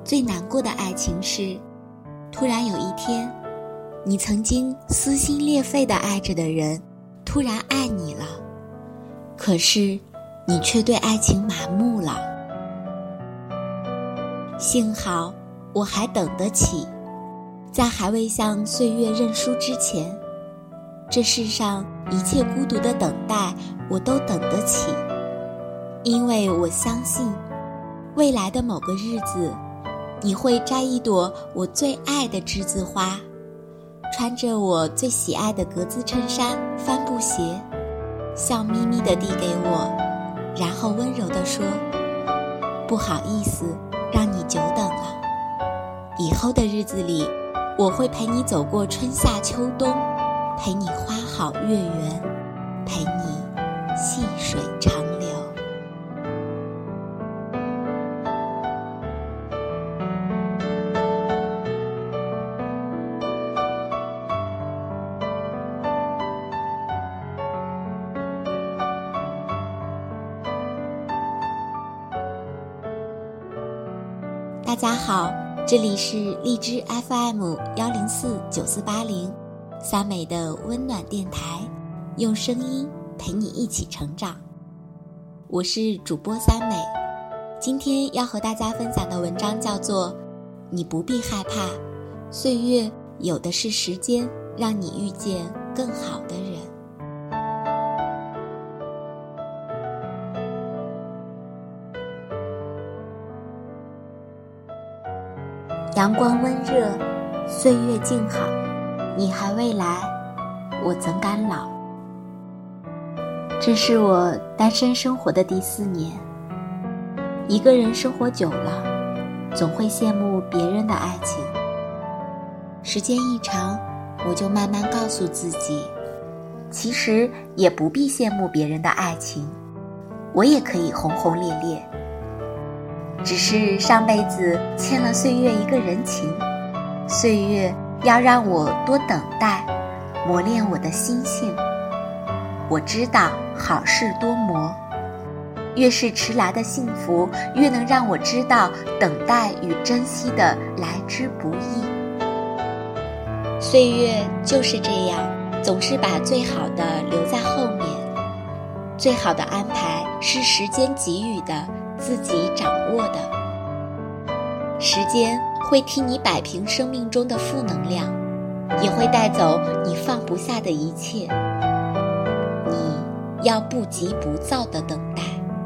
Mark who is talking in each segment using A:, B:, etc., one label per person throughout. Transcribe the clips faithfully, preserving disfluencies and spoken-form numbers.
A: 最难过的爱情是，突然有一天，你曾经撕心裂肺地爱着的人，突然爱你了，可是你却对爱情麻木了。幸好我还等得起，在还未向岁月认输之前，这世上一切孤独的等待我都等得起，因为我相信未来的某个日子，你会摘一朵我最爱的栀子花，穿着我最喜爱的格子衬衫、帆布鞋，笑眯眯地递给我，然后温柔地说：不好意思让你久等了，以后的日子里，我会陪你走过春夏秋冬，陪你花好月圆，陪你细水长流。大家好，这里是荔枝 F M 幺零四九四八零，三美的温暖电台，用声音陪你一起成长。我是主播三美，今天要和大家分享的文章叫做《你不必害怕，岁月有的是时间让你遇见更好的人》。阳光温热，岁月静好，你还未来，我怎敢老。这是我单身生活的第四年，一个人生活久了，总会羡慕别人的爱情。时间一长，我就慢慢告诉自己，其实也不必羡慕别人的爱情，我也可以轰轰烈烈。只是上辈子欠了岁月一个人情，岁月要让我多等待，磨练我的心性。我知道好事多磨，越是迟来的幸福，越能让我知道等待与珍惜的来之不易。岁月就是这样，总是把最好的留在后面，最好的安排是时间给予的，自己掌握的。时间会替你摆平生命中的负能量，也会带走你放不下的一切。你要不急不躁地等待。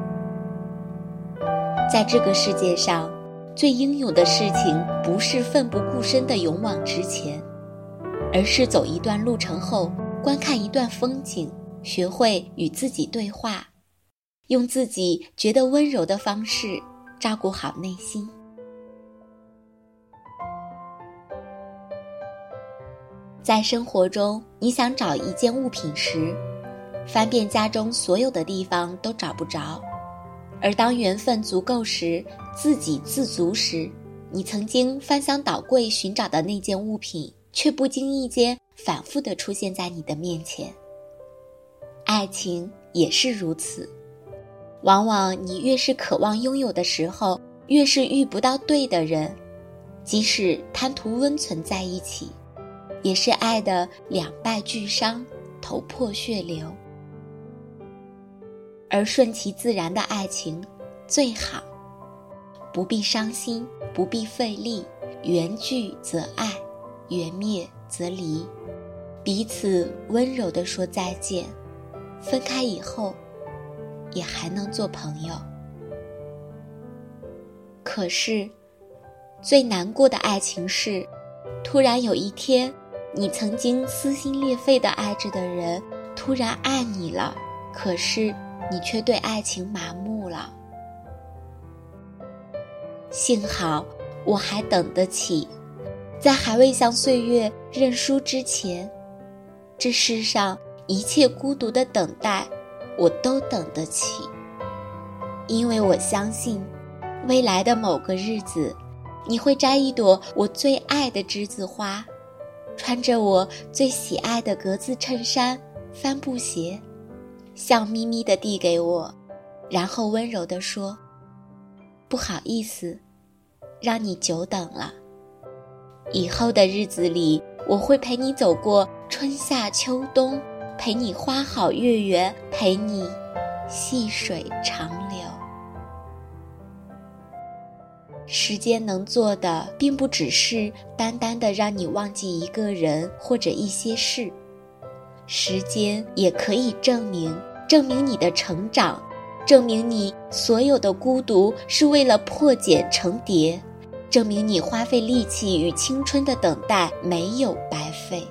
A: 在这个世界上，最英勇的事情不是奋不顾身地勇往直前，而是走一段路程后，观看一段风景，学会与自己对话，用自己觉得温柔的方式照顾好内心。在生活中，你想找一件物品时，翻遍家中所有的地方都找不着，而当缘分足够时，自给自足时，你曾经翻箱倒柜寻找的那件物品，却不经意间反复地出现在你的面前。爱情也是如此，往往你越是渴望拥有的时候，越是遇不到对的人，即使贪图温存在一起，也是爱的两败俱伤，头破血流。而顺其自然的爱情最好，不必伤心，不必费力，缘聚则爱，缘灭则离，彼此温柔地说再见，分开以后也还能做朋友。可是最难过的爱情是，突然有一天，你曾经撕心裂肺地爱着的人突然爱你了，可是你却对爱情麻木了。幸好我还等得起，在还未向岁月认输之前，这世上一切孤独的等待我都等得起，因为我相信未来的某个日子，你会摘一朵我最爱的栀子花，穿着我最喜爱的格子衬衫、帆布鞋，笑眯眯地递给我，然后温柔地说：不好意思让你久等了。以后的日子里，我会陪你走过春夏秋冬，陪你花好月圆，陪你细水长流。时间能做的，并不只是单单的让你忘记一个人或者一些事，时间也可以证明，证明你的成长，证明你所有的孤独是为了破茧成蝶，证明你花费力气与青春的等待没有白费。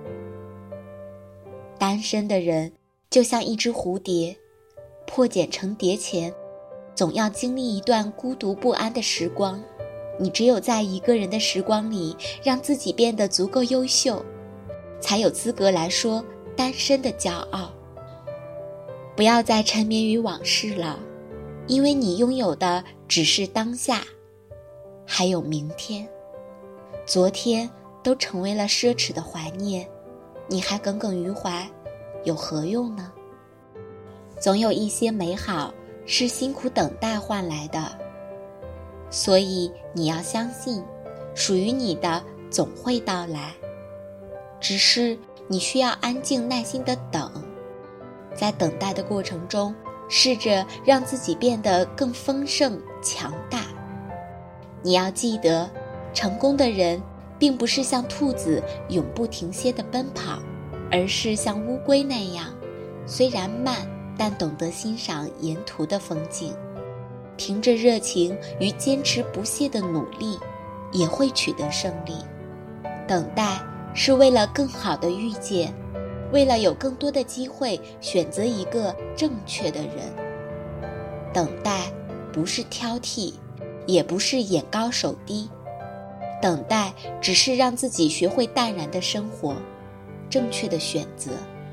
A: 单身的人就像一只蝴蝶，破茧成蝶前，总要经历一段孤独不安的时光。你只有在一个人的时光里，让自己变得足够优秀，才有资格来说单身的骄傲。不要再沉湎于往事了，因为你拥有的只是当下，还有明天。昨天都成为了奢侈的怀念，你还耿耿于怀，有何用呢？总有一些美好是辛苦等待换来的，所以你要相信，属于你的总会到来。只是你需要安静耐心地等，在等待的过程中，试着让自己变得更丰盛强大。你要记得，成功的人并不是像兔子永不停歇地奔跑，而是像乌龟那样，虽然慢，但懂得欣赏沿途的风景，凭着热情与坚持不懈的努力，也会取得胜利。等待是为了更好的遇见，为了有更多的机会选择一个正确的人。等待不是挑剔，也不是眼高手低，等待只是让自己学会淡然的生活，正确的选择。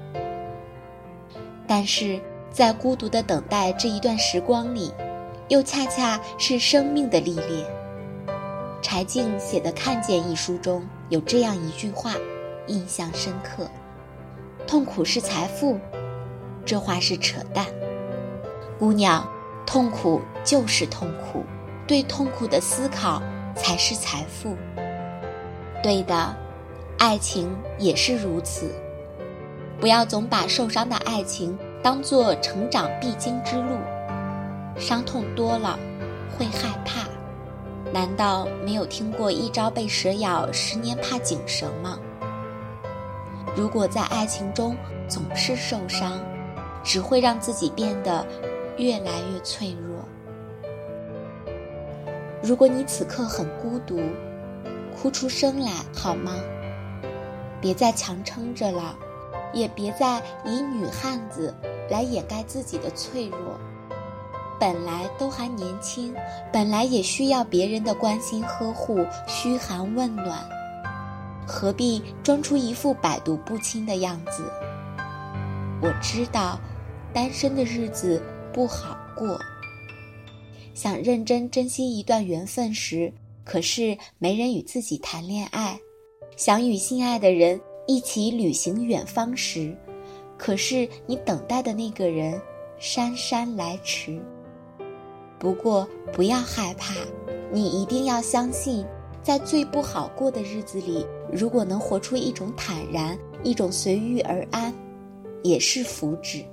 A: 但是在孤独的等待这一段时光里，又恰恰是生命的历练。柴静写的《看见》一书中有这样一句话，印象深刻：痛苦是财富。这话是扯淡。姑娘，痛苦就是痛苦，对痛苦的思考才是财富。对的，爱情也是如此。不要总把受伤的爱情当作成长必经之路，伤痛多了会害怕。难道没有听过一朝被蛇咬，十年怕井绳吗？如果在爱情中总是受伤，只会让自己变得越来越脆弱。如果你此刻很孤独，哭出声来好吗？别再强撑着了，也别再以女汉子来掩盖自己的脆弱。本来都还年轻，本来也需要别人的关心呵护、嘘寒问暖，何必装出一副百毒不侵的样子？我知道单身的日子不好过，想认真珍惜一段缘分时，可是没人与自己谈恋爱；想与心爱的人一起旅行远方时，可是你等待的那个人姗姗来迟。不过不要害怕，你一定要相信，在最不好过的日子里，如果能活出一种坦然，一种随遇而安，也是福祉。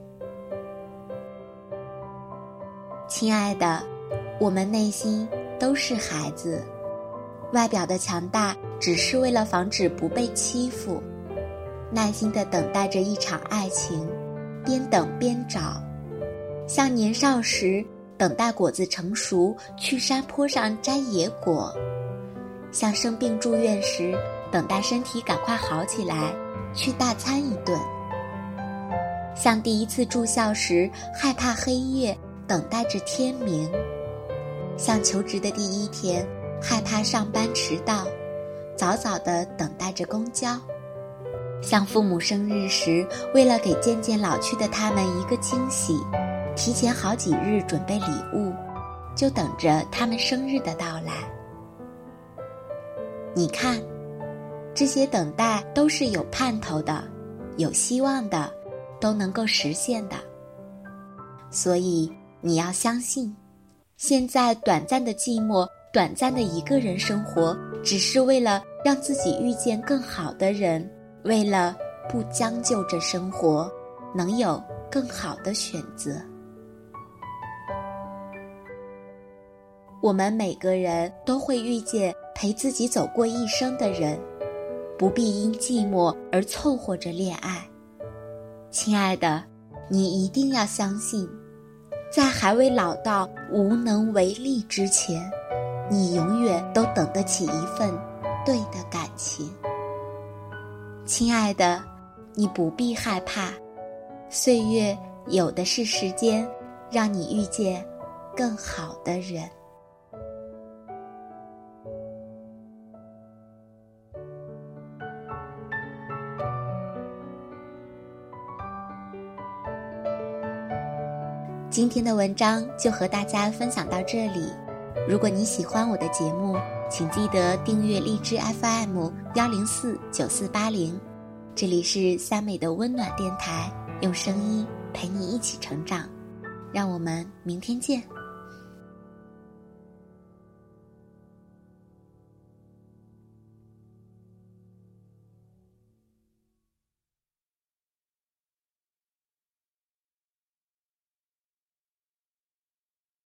A: 亲爱的，我们内心都是孩子，外表的强大只是为了防止不被欺负，耐心地等待着一场爱情，边等边找，像年少时等待果子成熟，去山坡上摘野果；像生病住院时，等待身体赶快好起来，去大餐一顿；像第一次住校时，害怕黑夜，等待着天明；像求职的第一天，害怕上班迟到，早早地等待着公交；像父母生日时，为了给渐渐老去的他们一个惊喜，提前好几日准备礼物，就等着他们生日的到来。你看，这些等待都是有盼头的，有希望的，都能够实现的。所以你要相信，现在短暂的寂寞短暂的一个人生活，只是为了让自己遇见更好的人，为了不将就着生活，能有更好的选择。我们每个人都会遇见陪自己走过一生的人，不必因寂寞而凑合着恋爱。亲爱的，你一定要相信，在还未老到无能为力之前，你永远都等得起一份对的感情。亲爱的，你不必害怕，岁月有的是时间，让你遇见更好的人。今天的文章就和大家分享到这里。如果你喜欢我的节目，请记得订阅荔枝 F M 一零四九四八零，这里是三美的温暖电台，用声音陪你一起成长。让我们明天见。